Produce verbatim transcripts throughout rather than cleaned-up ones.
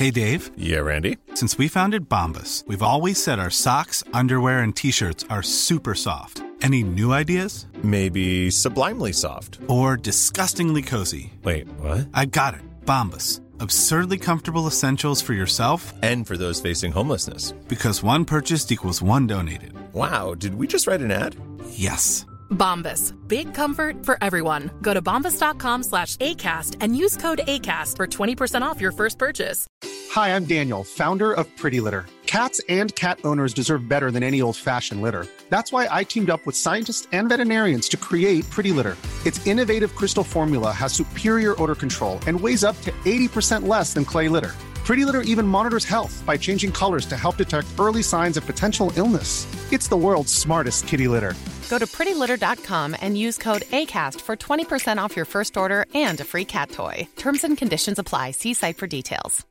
Hey, Dave. Yeah, Randy. Since we founded Bombas, we've always said our socks, underwear, and T-shirts are super soft. Any new ideas? Maybe sublimely soft. Or disgustingly cozy. Wait, what? I got it. Bombas. Absurdly comfortable essentials for yourself and for those facing homelessness. Because one purchased equals one donated. Wow, did we just write an ad? Yes. Bombas. Big comfort for everyone. Go to bombas.com slash ACAST and use code ACAST for twenty percent off your first purchase. Hi, I'm Daniel, founder of Pretty Litter. Cats and cat owners deserve better than any old-fashioned litter. That's why I teamed up with scientists and veterinarians to create Pretty Litter. Its innovative crystal formula has superior odor control and weighs up to eighty percent less than clay litter. Pretty Litter even monitors health by changing colors to help detect early signs of potential illness. It's the world's smartest kitty litter. Go to pretty litter dot com and use code ACAST for twenty percent off your first order and a free cat toy. Terms and conditions apply. See site for details.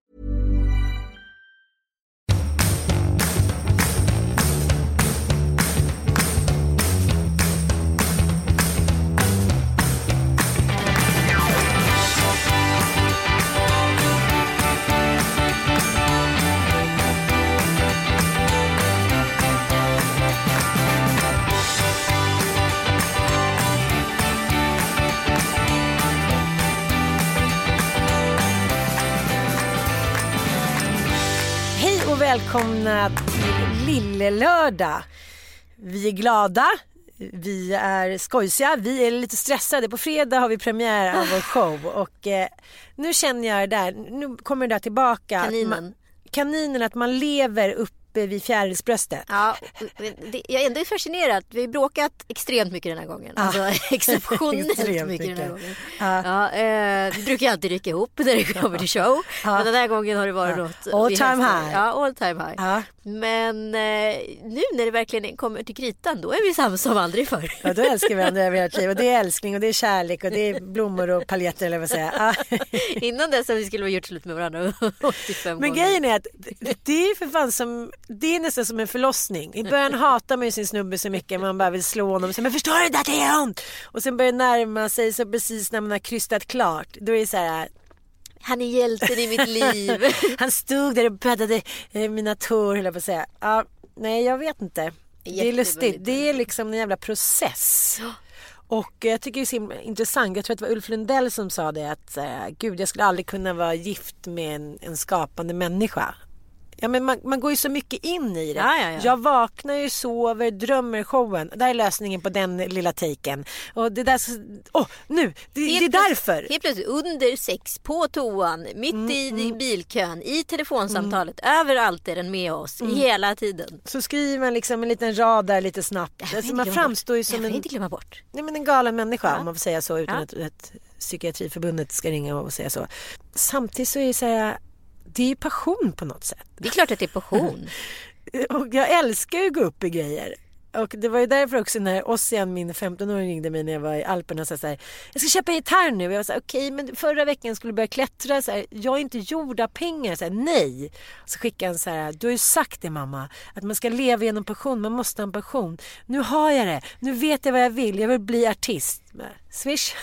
Välkomna till Lillelördag. Vi är glada, vi är skojsiga, vi är lite stressade. På fredag har vi premiär av vår show och eh, nu känner jag där, nu kommer det där tillbaka. Kaninen. Att man, kaninen, att man lever uppe vid fjärilsbröstet. Ja, det, jag är ändå fascinerad. Vi har bråkat extremt mycket den här gången. Ja. Alltså exceptionellt mycket, mycket den här gången. Ja. Ja, eh, vi brukar alltid rycka ihop när det kommer till show. Ja. Men den här gången har det varit ja. något. All time high. Ja, all time high. Ja. Men eh, nu när det verkligen kommer till kritan, då är vi samma som aldrig förr. Ja, då älskar vi varandra över vårt liv. Och det är älskling och det är kärlek och det är blommor och paljetter eller vad säga. Ja. Innan dess har vi skulle ha gjort slut med varandra åttiofem Men gånger. grejen är att det är för fan som, det är nästan som en förlossning. I början hatar man ju sin snubbe så mycket, man bara vill slå honom och säga, men förstår du att det är ont? Och sen börjar närma sig så precis när man har krystat klart. Då är det så här, han är hjälten i mitt liv. Han stod där och bäddade eh, mina tår, höll jag på att säga. Ja, nej, jag vet inte. Det är lustigt. Det är liksom en jävla process. Och jag tycker det är så intressant. Jag tror att det var Ulf Lundell som sa det. Att äh, gud, jag skulle aldrig kunna vara gift med en, en skapande människa. Ja, men man, man går ju så mycket in i det. Ja, ja, ja. Jag vaknar ju, sover, drömmer showen. Där är lösningen på den lilla taken. Och det där, åh, oh, nu, det, det är därför. Helt plötsligt under sex, på toan, mitt mm, i mm. bilkön, i telefonsamtalet, mm. överallt är den med oss, mm. hela tiden. Så skriver man liksom en liten rad där lite snabbt. Alltså man framstår ju som jag en, inte glömma bort. Nej, men en galen människa, ja. Om man får säga så, utan ja. att, att Psykiatriförbundet ska ringa och säga så. Samtidigt så är det så här, det är passion på något sätt. Det är klart att det är passion. Och jag älskar ju att gå upp i grejer. Och det var ju därför också när Ossian, min femton-åring, ringde mig när jag var i Alperna och sa så här, jag ska köpa gitarr nu. Jag var så här, okej, okay, men förra veckan skulle jag börja klättra. Så här, jag är inte gjord av pengar. Så här, nej. Så skickade han så här, du har ju sagt det mamma, att man ska leva genom passion. Man måste ha en passion. Nu har jag det. Nu vet jag vad jag vill. Jag vill bli artist. Swish.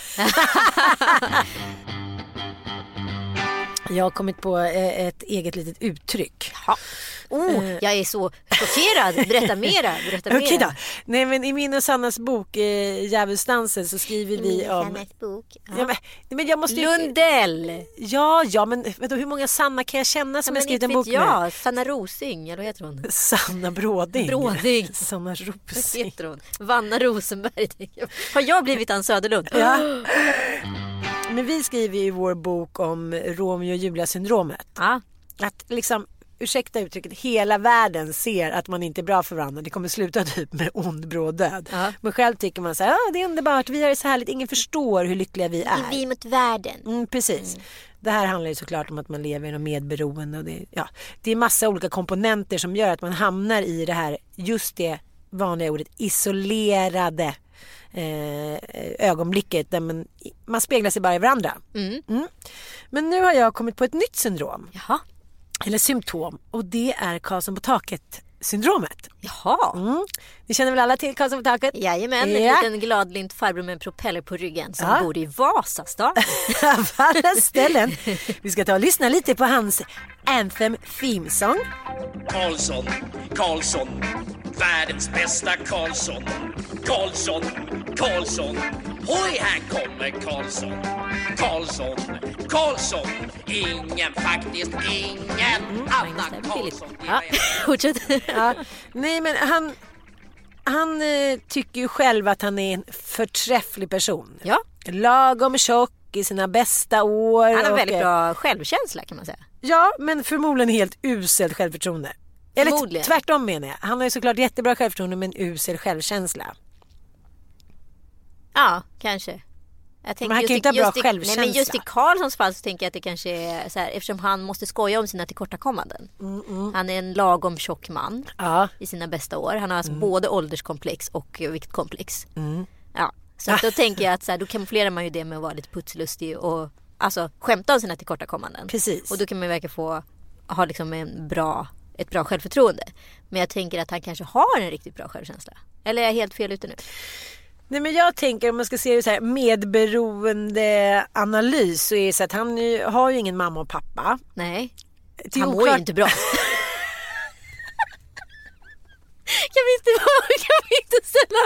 Jag har kommit på ett eget litet uttryck. Ja. Oh, jag är så chockerad. Berätta mera. Berätta mera. Okej då. Nej, men i min och Sannas bok eh, Djävulsdansen så skriver vi min om... Sannas bok. Ja. Ja, men, men jag måste... Lundell. Ja, ja, men vet du, hur många Sanna kan jag känna som ja, jag skrivit en bok med? Ja, Sanna Rosing, eller vad heter hon? Sanna Bråding. Bråding. Sanna Rosing. Vad heter hon? Vanna Rosenberg. Har jag blivit Ann Söderlund? Ja. Men vi skriver i vår bok om Romeo och Julia-syndromet. Ja. Att liksom, ursäkta uttrycket, hela världen ser att man inte är bra för varandra. Det kommer sluta typ med ond, bråd död. Ja. Men själv tycker man så här, ah, det är underbart, vi har det så härligt, ingen förstår hur lyckliga vi är. Det är vi mot världen. Mm, precis. Mm. Det här handlar ju såklart om att man lever i något medberoende. Och det, ja, det är massa olika komponenter som gör att man hamnar i det här, just det vanliga ordet, isolerade Eh, ögonblicket där man, man speglar sig bara i varandra. Mm. Mm. Men nu har jag kommit på ett nytt syndrom. Jaha. Eller symptom. Och det är Karlsson på taket syndromet. Jaha. Mm. Vi känner väl alla till Karlsson på taket? Jajamän, ja. En liten gladlynt farbror med en propeller på ryggen som ja. bor i Vasastan. Av alla ställen. Vi ska ta och lyssna lite på hans Anthem Theme Song. Karlsson, Karlsson, världens bästa Karlsson. Karlsson, Karlsson, hoj här kommer Karlsson. Karlsson, Karlsson, ingen faktiskt, ingen mm, annan Karlsson. Ja, fortsätt. Ja. Nej, men han, han eh, tycker ju själv att han är en förträfflig person. Ja. Lagom tjock i sina bästa år. Han har och, väldigt bra självkänsla kan man säga. Ja, men förmodligen helt uselt självförtroende. Eller tvärtom menar jag. Han har ju såklart jättebra självförtroende men usel självkänsla. Ja, kanske. Jag men han kan ju inte ha bra i, självkänsla. Nej, men just i Karlssons fall så tänker jag att det kanske är så här, eftersom han måste skoja om sina tillkortakommanden. Mm, mm. Han är en lagom tjock man ja. i sina bästa år. Han har alltså mm. både ålderskomplex och viktkomplex. Mm. Ja, så då tänker jag att så här, då kamouflerar man ju det med att vara lite putslustig och alltså skämta om sina tillkortakommanden. Precis. Och då kan man ju verkligen få ha liksom en bra, ett bra självförtroende. Men jag tänker att han kanske har en riktigt bra självkänsla. Eller är jag helt fel ute nu? Nej, men jag tänker om man ska se det så här medberoende analys så är det så att han ju, har ju ingen mamma och pappa. Nej, det han mår ju inte bra. Jag visste vad jag fick inte ställa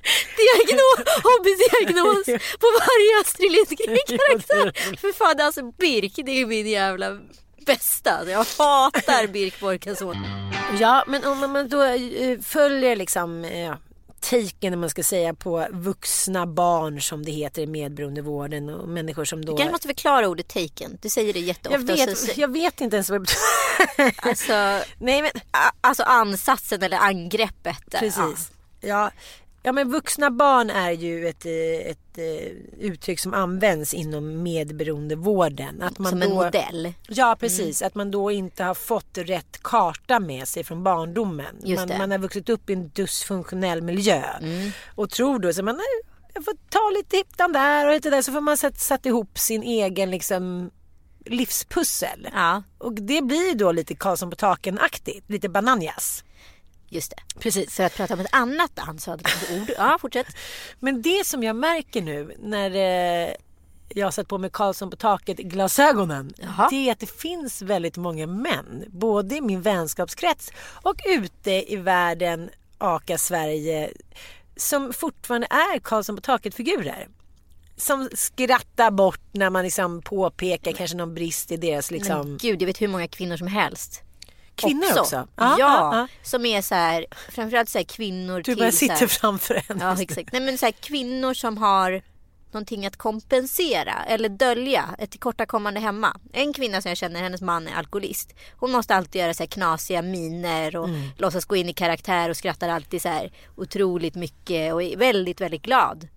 diagnos, hobbydiagnos på varje Astrid Lindgren-karaktär. För fan, alltså Birk, det är min jävla bästa. Jag hatar Birk Borkason. Ja, men om man då följer liksom... Ja. Taken, man ska säga, på vuxna barn som det heter i medberoendevården och människor som då... Du kanske måste förklara ordet taken. Du säger det jätteofta. Jag vet, så... jag vet inte ens vad det betyder. Alltså, nej, men... alltså ansatsen eller angreppet. Där. Precis. Ja. Ja. Ja, men vuxna barn är ju ett, ett, ett uttryck som används inom medberoendevården. Att man som då, en modell. Ja, precis. Mm. Att man då inte har fått rätt karta med sig från barndomen. Man, man har vuxit upp i en dysfunktionell miljö. Mm. Och tror då så man jag får ta lite hittan där och lite där. Så får man sätta satt ihop sin egen liksom, livspussel. Ja. Och det blir då lite Karlsson på taken-aktigt. Lite bananjas. Just det. Precis. För att prata om ett annat ansvarigt ord. Ja, fortsätt. Men det som jag märker nu när eh, jag har satt på mig Karlsson på taket glasögonen. Jaha. Det är att det finns väldigt många män. Både i min vänskapskrets och ute i världen, Aka Sverige, som fortfarande är Karlsson på taket-figurer. Som skrattar bort när man liksom påpekar men, kanske någon brist i deras liksom... Men gud, jag vet hur många kvinnor som helst. Kvinnor också? också. Ja, ja, ja, som är så här, framförallt så här kvinnor du till... Du bara sitter så här, framför henne. Ja, exakt. Nej, men så här, kvinnor som har någonting att kompensera eller dölja ett tillkortakommande hemma. En kvinna som jag känner, hennes man är alkoholist. Hon måste alltid göra så här knasiga miner och mm. låtsas gå in i karaktär och skrattar alltid så här otroligt mycket och är väldigt, väldigt glad.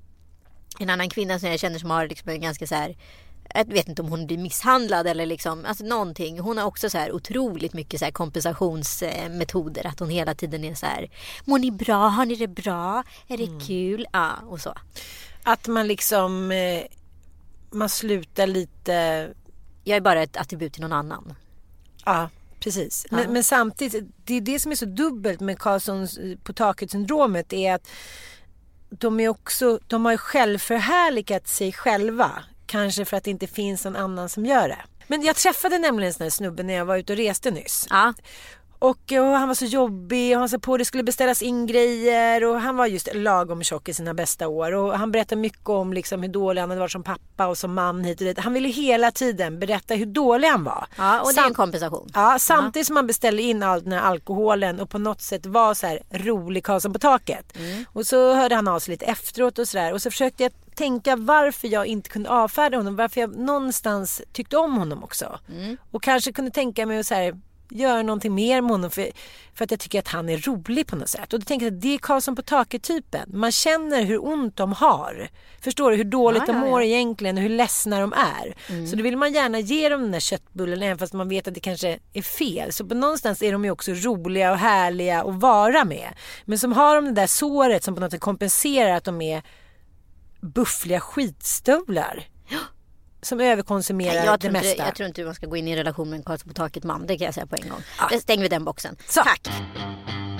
En annan kvinna som jag känner som har liksom en ganska så här... Jag vet inte om hon blir misshandlad eller liksom, alltså någonting. Hon har också så här otroligt mycket så här kompensationsmetoder. Att hon hela tiden är så här, mår ni bra? Har ni det bra? Är det mm. kul? Ja, och så. Att man liksom, eh, man slutar lite... Jag är bara ett attribut till någon annan. Ja, precis. Ja. Men, men samtidigt, det är det som är så dubbelt med Karlssons på taket-syndromet är att de är också, de har ju självförhärligat sig själva. Kanske för att det inte finns någon annan som gör det. Men jag träffade nämligen en sån här snubbe när jag var ute och reste nyss. Ja. Och, och han var så jobbig och han sa på att det skulle beställas in grejer och han var just lagom tjock i sina bästa år och han berättade mycket om liksom hur dålig han hade varit som pappa och som man hit och dit. Han ville hela tiden berätta hur dålig han var. Ja, och det är en kompensation. Ja, samtidigt ja. som man beställde in all den här alkoholen och på något sätt var så här rolig Karlsson på taket. Mm. Och så hörde han av sig lite efteråt och sådär och så försökte jag tänka varför jag inte kunde avfärda honom, varför jag någonstans tyckte om honom också. Mm. Och kanske kunde tänka mig att så här göra någonting mer med honom för, för att jag tycker att han är rolig på något sätt. Och då tänker jag att det är Karlsson på taket-typen. Man känner hur ont de har. Förstår du hur dåligt ja, de mår ja, ja. egentligen och hur ledsna de är. Mm. Så då vill man gärna ge dem den där köttbullen även fast man vet att det kanske är fel. Så på någonstans är de ju också roliga och härliga att vara med. Men som har de det där såret som på något sätt kompenserar att de är buffliga skitstövlar. Ja. Som överkonsumerar Nej, jag det mesta. Inte, jag tror inte man ska gå in i en relation med en Karlsson på taket man. Det kan jag säga på en gång. Ja. Stäng vi den boxen. Så. Tack.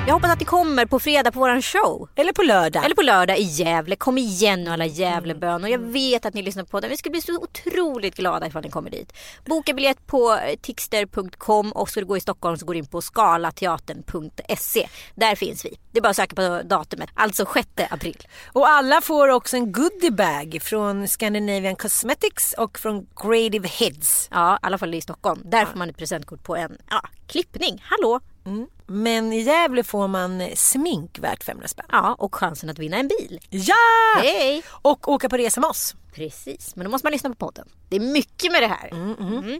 Jag hoppas att ni kommer på fredag på våran show. Eller på lördag. Eller på lördag i Gävle. Kom igen nu alla Gävlebön. Och jag vet att ni lyssnar på den. Vi ska bli så otroligt glada ifall ni kommer dit. Boka biljett på tixter punkt com. Och så du går i Stockholm så går in på skalateatern punkt se. Där finns vi. Det är bara att söka på datumet. Alltså sjätte april. Och alla får också en goodiebag från Scandinavian Cosmetics och från Creative Heads. Ja, i alla fall i Stockholm. Där får man ett presentkort på en ja, klippning. Hallå! Mm. Men i Gävle får man smink värt femhundra spänn. Ja, och chansen att vinna en bil. Ja! Hej! Och åka på resa med oss. Precis, men då måste man lyssna på podden. Det är mycket med det här. Mm, mm. Mm.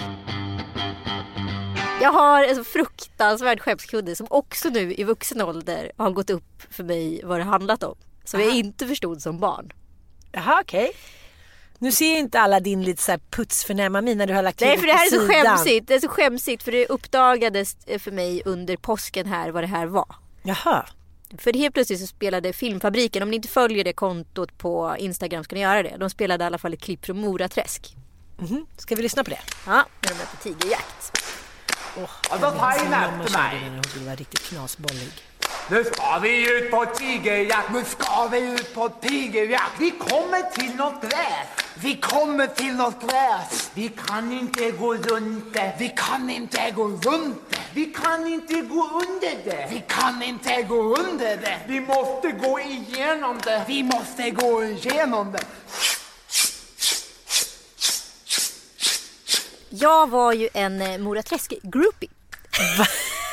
Jag har en så fruktansvärd skämskudde som också nu i vuxen ålder har gått upp för mig vad det handlat om. Som Aha. jag inte förstod som barn. Jaha, okej. Okay. Nu ser inte alla din lite så här putsförnäma min när du har lagt Nej, för det här är så sidan. skämsigt. Det är så skämsigt för det uppdagades för mig under påsken här vad det här var. Jaha. För helt plötsligt så spelade Filmfabriken, om ni inte följer det kontot på Instagram ska ni göra det. De spelade i alla fall ett klipp från Moraträsk. Mhm. Ska vi lyssna på det? Ja, när de är på tigerjakt. Åh, oh, ja, då tar jag nästa mig. Hon skulle vara riktigt knasbollig. Nu ska vi ut på tigerjakt. Nu ska vi ut på tigerjakt. Vi kommer till något gräs. Vi kommer till något gräs. Vi kan inte gå runt det. Vi kan inte gå runt det. Vi kan inte gå under det. Vi kan inte gå under det. Vi måste gå igenom det. Vi måste gå igenom det. Jag var ju en Moraträsk-groupie. Va?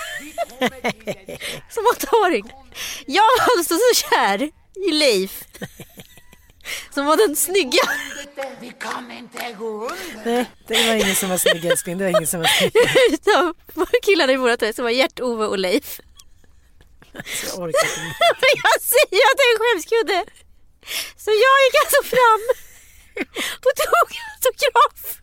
Som åttaåring. Jag var alltså så kär i Leif. Som var den snygga. Vi kan inte gå under. Nej, det var ingen som var snygg älskling. Det var ingen som var snygg. Utan killarna i Moraträsk som var Gert, Ove och Leif. Jag orkar inte. Jag säger att det är en skämskudde. Så jag gick alltså fram och tog autograf.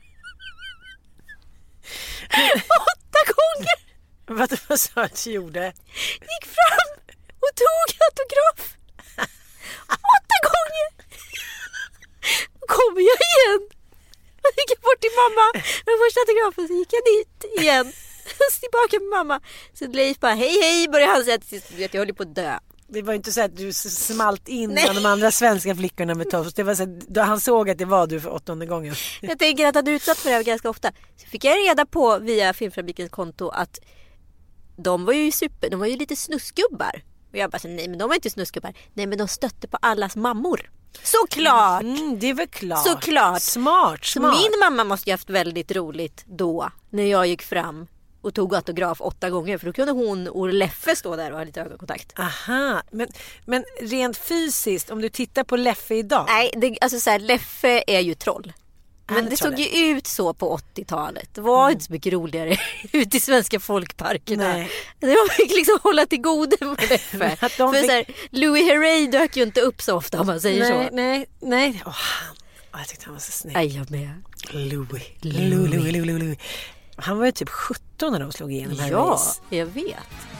Åtta gånger. Vad, vad sa att du gjorde? Gick fram och tog autograf. Åtta gånger. Då kommer jag igen. Och gick jag bort till mamma. Den första autografen så gick jag dit igen. Så tillbaka med mamma. Så Leif bara hej hej. Började han säga till sist. Jag höll på att dö. Det var inte så att du smalt in bland de andra svenska flickorna med tofs. Det var så att då han såg att det var du för åttonde gången. Jag tänker att han är utsatt för det här ganska ofta. Så fick jag reda på via Filmfabrikens konto att de var ju super, de var ju lite snusgubbar. Och jag bara så, nej men de var inte snusgubbar. Nej men de stötte på allas mammor. Såklart! Mm, det är väl klart. Såklart. Smart, smart. Så min mamma måste ju haft väldigt roligt då. När jag gick fram och tog autograf åtta gånger. För då kunde hon och Leffe stå där och ha lite ögonkontakt. Aha, men, men rent fysiskt, om du tittar på Leffe idag. Nej, det, alltså så här, Leffe är ju troll. Men Han det såg såg ju ut så på åttiotalet. Det var mm. inte så mycket roligare ute i svenska folkparkerna. Nej. Det var fick liksom hålla till goda med Leffe. För fick... så här, Louis Herrey dök ju inte upp så ofta om man säger nej, så. Nej, nej. Oh, jag tyckte han var så snygg. Aj, jag med. Louis. Louis. Louis, Louis, Louis, Louis. Han var ju typ sjutton när de slog igenom här. Ja, jag vet.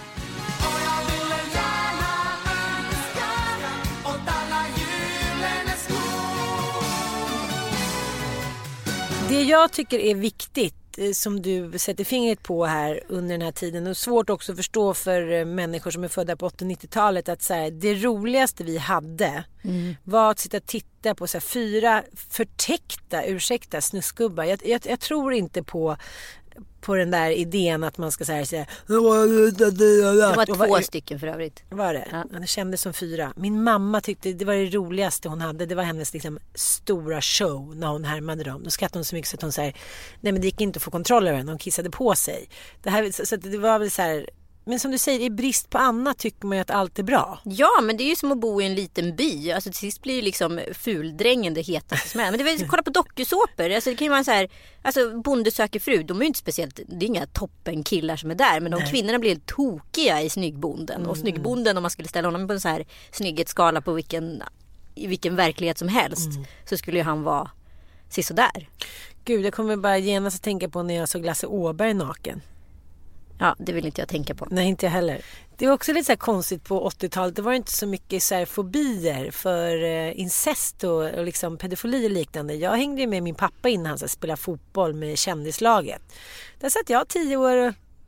Det jag tycker är viktigt som du sätter fingret på här under den här tiden och svårt också att förstå för människor som är födda på åttio- och nittiotalet att så här, det roligaste vi hade mm. var att sitta och titta på så här, fyra förtäckta, ursäkta, snusgubbar. Jag, jag, jag tror inte på på den där idén att man ska säga säga det var två var, stycken för övrigt. Var det? Ja. Det kändes som fyra. Min mamma tyckte det var det roligaste hon hade. Det var hennes liksom stora show när hon härmade dem. Då skrattade hon så mycket så att hon säger nej men det gick inte att få kontroll över henne. Hon kissade på sig. Det här så, så det var väl så här. Men som du säger, i brist på annat tycker man ju att allt är bra. Ja, men det är ju som att bo i en liten by. Alltså till sist blir ju liksom fuldrängen det hetaste som är. Men det är väl, kolla på dokusåpor. Alltså det kan ju vara så här, alltså Bonde söker fru. De är ju inte speciellt, det är inga toppenkillar som är där. Men de Nej. kvinnorna blir helt tokiga i Snyggbonden. Mm. Och Snyggbonden, om man skulle ställa honom på en så här snygghetsskala på vilken, i vilken verklighet som helst. Mm. Så skulle ju han vara sisådär. Gud, jag kommer bara genast att tänka på när jag såg Lasse Åberg naken. Ja, det vill inte jag tänka på. Nej, inte jag heller. Det var också lite så här konstigt på åttiotalet. Det var inte så mycket så här fobier för eh, incest och, och liksom pedofili och liknande. Jag hängde med min pappa innan han så här, spelade fotboll med kändislaget. Där satt jag tio år och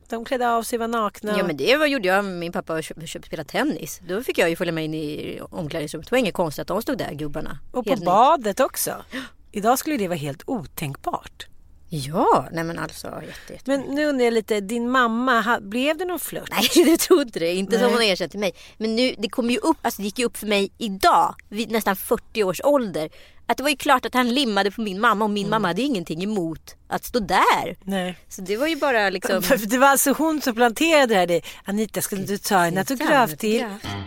De klädde av sig, var nakna. Ja, men det var, gjorde jag. Min pappa köpte spela tennis. Då fick jag ju följa med in i omklädningsrummet. Det var inget konstigt att de stod där, gubbarna. Och på badet också. Idag skulle det vara helt otänkbart. Ja, nej men alltså jätte, jätte. Men nu undrar jag lite, din mamma, blev det någon flört? Nej, det tror inte det. Inte nej. Som hon har erkänt till mig. Men nu, det kom ju upp, alltså det gick ju upp för mig idag, vid nästan fyrtio års ålder, att det var ju klart att han limmade på min mamma. Och min mm. mamma hade ingenting emot att stå där. Nej. Så det var ju bara liksom... Det var alltså hon som planterade det här. Anita, ska du ta en autograf till?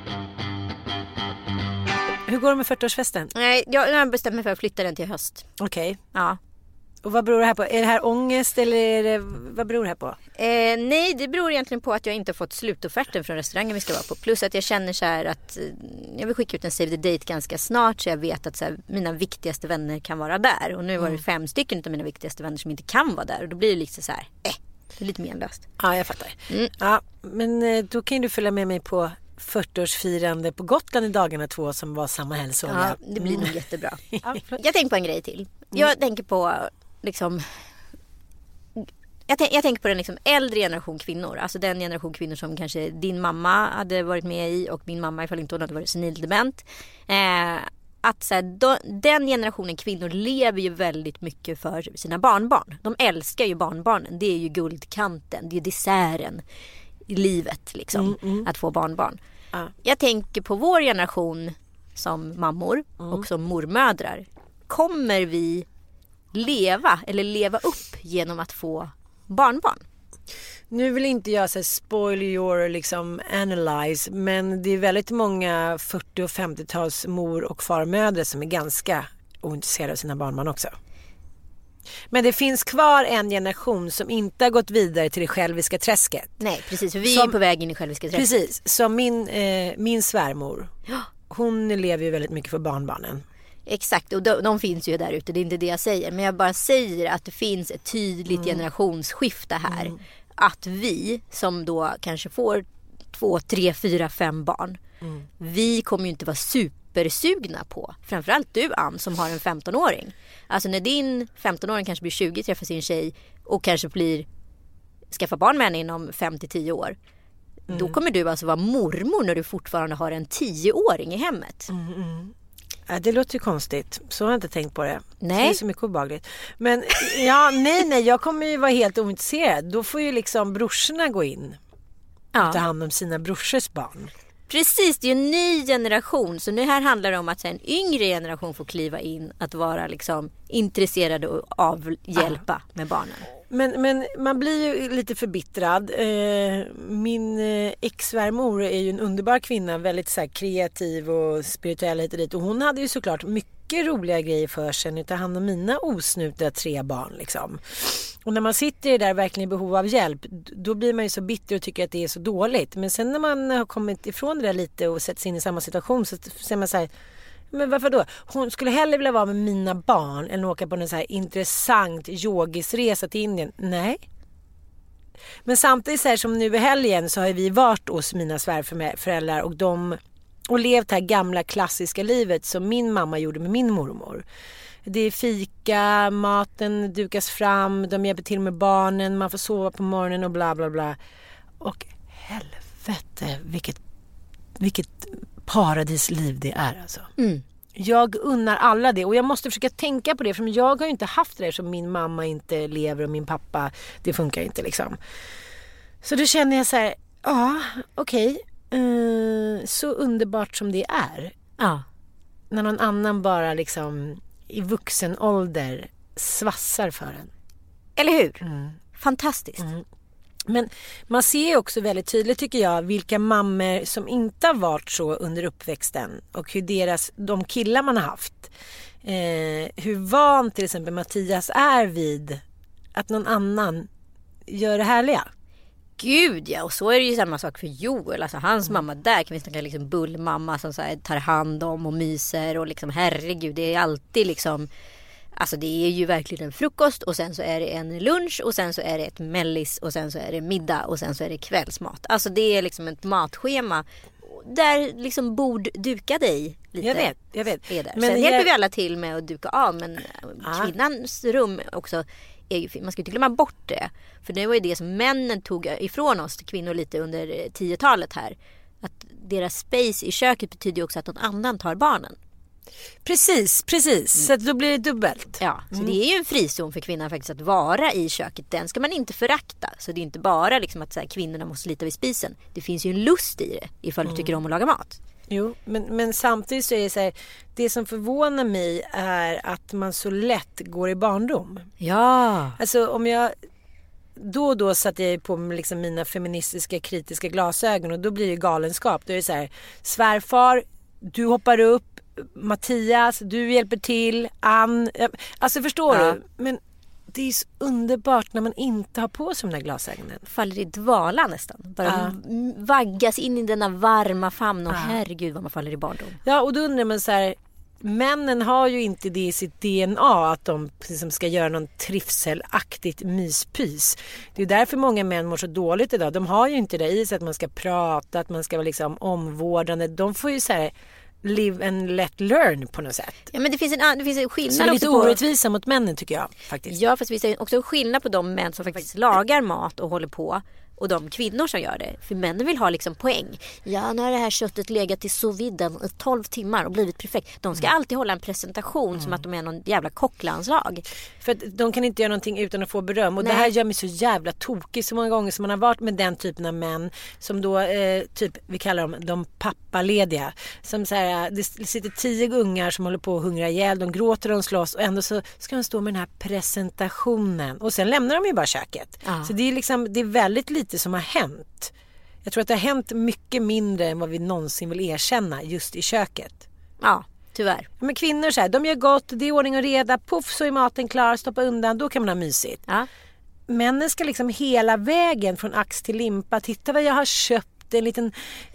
Hur går det med fyrtioårsfesten? Nej, jag har bestämt mig för att flytta den till höst. Okej. Okay. Ja. Och vad beror det här på? Är det här ångest eller är det, vad beror det här på? Eh, nej, det beror egentligen på att jag inte fått slutofferten från restaurangen vi ska vara på. Plus att jag känner så här att eh, jag vill skicka ut en save the date ganska snart, så jag vet att så här, mina viktigaste vänner kan vara där. Och nu var det mm. fem stycken av mina viktigaste vänner som inte kan vara där. Och då blir det liksom så här, eh, det är lite menlöst. Ja, jag fattar. Mm. Ja, men eh, då kan du följa med mig på fyrtioårsfirande på Gotland i dagarna två som var samma helg. Ja, det blir nog mm. jättebra. Ja, jag tänker på en grej till. Jag mm. tänker på liksom jag, t- jag tänker på den liksom äldre generation kvinnor, alltså den generation kvinnor som kanske din mamma hade varit med i och min mamma ifall inte hon hade varit senildement. Eh, att så här, då, den generationen kvinnor lever ju väldigt mycket för sina barnbarn. De älskar ju barnbarnen. Det är ju guldkanten, det är desserten i livet liksom, mm, mm. att få barnbarn. Ah. Jag tänker på vår generation som mammor mm. och som mormödrar. Kommer vi leva eller leva upp genom att få barnbarn? Nu vill inte jag säga spoil your liksom analyze, men det är väldigt många fyrtio- och femtio-tals mor- och farmödrar som är ganska ointresserade av sina barnbarn också. Men det finns kvar en generation som inte har gått vidare till det själviska träsket. Nej, precis. För vi som, är på väg in i själviska träsket. Precis, som min, eh, min svärmor. Ja. Hon lever ju väldigt mycket för barnbarnen. Exakt, och de, de finns ju där ute, det är inte det jag säger. Men jag bara säger att det finns ett tydligt mm. generationsskifte här. Mm. Att vi som då kanske får två, tre, fyra, fem barn. Mm. Vi kommer ju inte vara supersugna på. Framförallt du, Ann, som har en femtonåring. Alltså när din femtonåring kanske blir tjugo, träffar sin tjej och kanske blir skaffa barn med henne inom fem till tio år. Mm. Då kommer du alltså vara mormor när du fortfarande har en tioåring i hemmet. Mm, mm. Ja, det låter ju konstigt. Så har jag inte tänkt på det. Nej. Det är så mycket obehagligt. Men ja, nej, nej. Jag kommer ju vara helt ointresserad. Då får ju liksom brorsorna gå in. Ja. Och ta hand om sina brorsors barn. Precis, det är ju en ny generation. Så nu här handlar det om att en yngre generation får kliva in. Att vara liksom intresserade och avhjälpa ja. med barnen. Men, men man blir ju lite förbittrad. Min ex-svärmor är ju en underbar kvinna. Väldigt så här, kreativ och spirituell hit och dit. Och hon hade ju såklart mycket roliga grejer för sig. Nu tar hand om mina osnutna tre barn liksom. Och när man sitter där verkligen i behov av hjälp, då blir man ju så bitter och tycker att det är så dåligt. Men sen när man har kommit ifrån det där lite och sätter sig in i samma situation, så säger man så här, men varför då? Hon skulle hellre vilja vara med mina barn än åka på en så här intressant yogisresa till Indien. Nej. Men samtidigt så här, som nu i helgen så har vi varit hos mina svärföräldrar och de och levt det här gamla klassiska livet som min mamma gjorde med min mormor. Det är fika, maten dukas fram, de hjälper till med barnen, man får sova på morgonen och bla bla bla. Och helvete, vilket, vilket paradisliv det är alltså. Mm. Jag unnar alla det och jag måste försöka tänka på det, för jag har ju inte haft det som min mamma inte lever och min pappa, det funkar inte liksom. Så då känner jag så här, ja, okej, okay, uh, så underbart som det är. Ja. När någon annan bara liksom i vuxen ålder svassar för en. Eller hur? Mm. Fantastiskt. Mm. Men man ser också väldigt tydligt, tycker jag, vilka mammor som inte har varit så under uppväxten och hur deras, de killar man har haft, eh, hur van till exempel Mattias är vid att någon annan gör det härliga. Gud ja, och så är det ju samma sak för Joel. Alltså hans mm. mamma där kan vi snacka liksom bullmamma som så här tar hand om och myser och liksom herregud, det är alltid liksom, alltså det är ju verkligen en frukost och sen så är det en lunch och sen så är det ett mellis och sen så är det middag och sen så är det kvällsmat. Alltså det är liksom ett matschema där liksom bord duka dig lite. Jag vet, jag vet. Är där. Men sen jag... hjälper vi alla till med att duka av, men ah. kvinnans rum också är ju, man ska inte glömma bort det. För det var ju det som männen tog ifrån oss kvinnor lite under tiotalet här. Att deras space i köket betyder ju också att någon annan tar barnen. Precis, precis. Mm. Så att då blir det dubbelt. Ja, så mm. det är ju en frizon för kvinnan faktiskt att vara i köket. Den ska man inte förakta. Så det är inte bara liksom att så här, kvinnorna måste slita vid spisen. Det finns ju en lust i det ifall du mm. tycker om att laga mat. Jo, men, men samtidigt så är det så här, det som förvånar mig är att man så lätt går i barndom. Ja. Alltså om jag då och då satte jag på mig liksom mina feministiska kritiska glasögon och då blir det galenskap. Då är det så här, svärfar, du hoppar upp, Mattias, du hjälper till, Ann. Alltså förstår ja. du? Men det är så underbart när man inte har på sig de där glasögonen. Faller i dvala nästan. Bara ja. vaggas in i denna varma famn och ja. herregud vad man faller i barndom. Ja, och då undrar man så här, männen har ju inte det i sitt D N A att de liksom ska göra någon trivselaktigt myspys. Det är därför många män mår så dåligt idag. De har ju inte det i sig att man ska prata, att man ska vara liksom omvårdande. De får ju så här live and let learn på något sätt. Ja, men det finns en, det finns en skillnad. Så lite på orättvisa mot männen tycker jag faktiskt. Ja, fast vi ser också en skillnad på de män som faktiskt lagar mat och håller på och de kvinnor som gör det. För männen vill ha liksom poäng. Ja, nu har det här köttet legat i sous viden i tolv timmar och blivit perfekt. De ska mm. alltid hålla en presentation mm. som att de är någon jävla kocklandslag. För att de kan inte göra någonting utan att få beröm. Och Nej. det här gör mig så jävla tokig så många gånger som man har varit med den typen av män som då, eh, typ, vi kallar dem de pappalediga. Som så här, det sitter tio ungar som håller på att hungra ihjäl. De gråter och slåss och ändå så ska de stå med den här presentationen. Och sen lämnar de ju bara köket. Ah. Så det är liksom, det är väldigt lite som har hänt. Jag tror att det har hänt mycket mindre än vad vi någonsin vill erkänna just i köket. Ja, tyvärr. Men kvinnor så här, de gör gott, det är ordning och reda, puff så är maten klar, stoppa undan, då kan man ha mysigt. Ja. Männen ska liksom hela vägen från ax till limpa, titta vad jag har köpt, en liten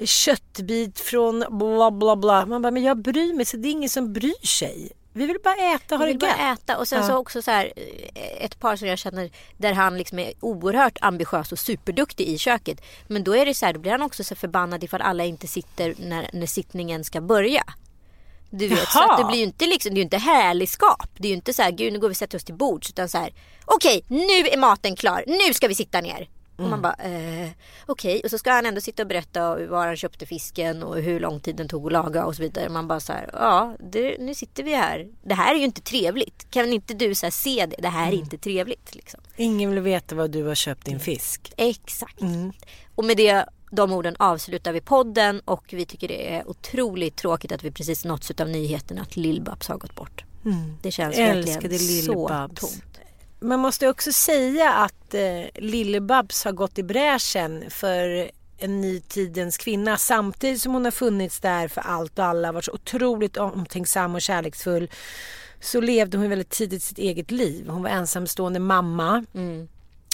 köttbit från bla bla bla. Man bara, men jag bryr mig, så det är ingen som bryr sig. Vi vill bara äta, ha det gött. Vi vill bara äta. Och sen ja. så också så här, ett par som jag känner där han liksom är oerhört ambitiös och superduktig i köket. Men då är det så här, då blir han också så förbannad ifall alla inte sitter när, när sittningen ska börja. Du vet, så att det blir ju inte liksom, det är ju inte härligskap. Det är ju inte så här, gud nu går vi och sätter oss till bords, utan så här, okej, okay, nu är maten klar. Nu ska vi sitta ner. Mm. Och man bara, eh, okej. Okay. Och så ska han ändå sitta och berätta var han köpte fisken och hur lång tid den tog att laga och så vidare. Man bara så här, ja, det, nu sitter vi här. Det här är ju inte trevligt. Kan inte du så här se det? Det här är mm. inte trevligt liksom. Ingen vill veta vad du har köpt din fisk. Exakt. Mm. Och med det, de orden avslutar vi podden och vi tycker det är otroligt tråkigt att vi precis nåtts av nyheten att Lill-Babs har gått bort. Mm. Det känns verkligen så tomt. Man måste också säga att eh, Lill-Babs har gått i bräschen för en ny tidens kvinna. Samtidigt som hon har funnits där för allt och alla, varit så otroligt omtänksam och kärleksfull, så levde hon väldigt tidigt sitt eget liv. Hon var ensamstående mamma. Mm.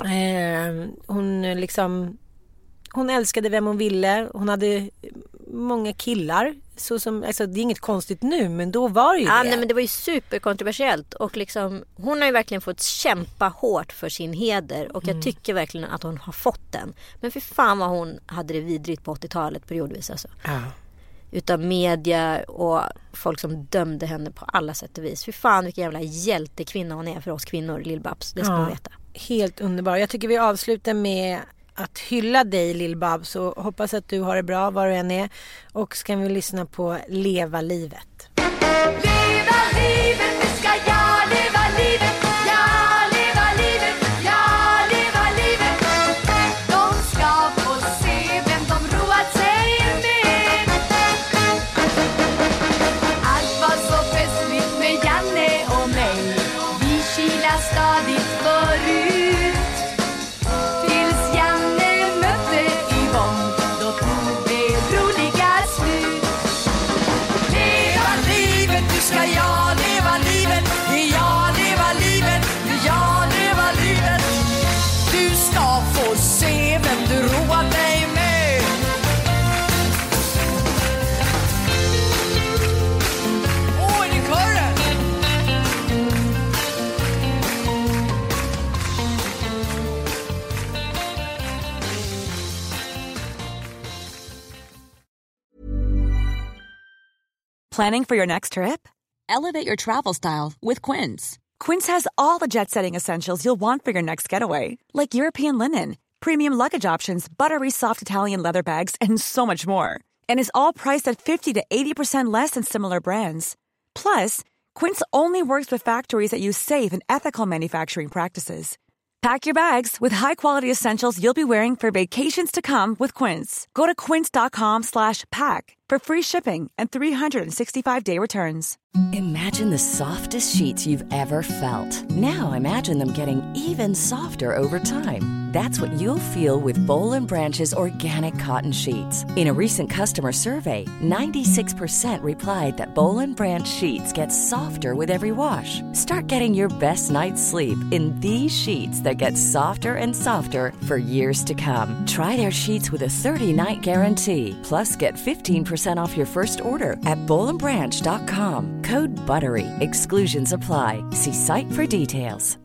Eh, hon liksom... Hon älskade vem hon ville. Hon hade många killar. Så som, alltså, det är inget konstigt nu, men då var det ju ja, det. Nej, men det var ju superkontroversiellt. Och liksom, hon har ju verkligen fått kämpa hårt för sin heder. Och jag mm. tycker verkligen att hon har fått den. Men för fan vad hon hade det vidrigt på åttiotalet periodvis. Alltså. Ja. Utav media och folk som dömde henne på alla sätt och vis. För fan vilken jävla hjältekvinna hon är för oss kvinnor, Lill-Babs. Det ska ja, man veta. Helt underbar. Jag tycker vi avslutar med att hylla dig, Lill-Babs, så hoppas att du har det bra var du än är, och så kan vi lyssna på Leva livet. Leva livet, nu ska jag leva livet. Jag leva livet, jag leva livet. De ska få se vem de roat sig med. Allt var så festligt med Janne och mig. Vi kilar stadigt förut. Planning for your next trip? Elevate your travel style with Quince. Quince has all the jet-setting essentials you'll want for your next getaway, like European linen, premium luggage options, buttery soft Italian leather bags, and so much more. And is all priced at fifty to eighty percent less than similar brands. Plus, Quince only works with factories that use safe and ethical manufacturing practices. Pack your bags with high-quality essentials you'll be wearing for vacations to come with Quince. Go to quince.com slash pack for free shipping and three sixty-five day returns. Imagine the softest sheets you've ever felt. Now imagine them getting even softer over time. That's what you'll feel with Boll and Branch's organic cotton sheets. In a recent customer survey, ninety-six percent replied that Boll and Branch sheets get softer with every wash. Start getting your best night's sleep in these sheets that get softer and softer for years to come. Try their sheets with a thirty-night guarantee. Plus, get fifteen percent off your first order at boll and branch dot com. Code BUTTERY. Exclusions apply. See site for details.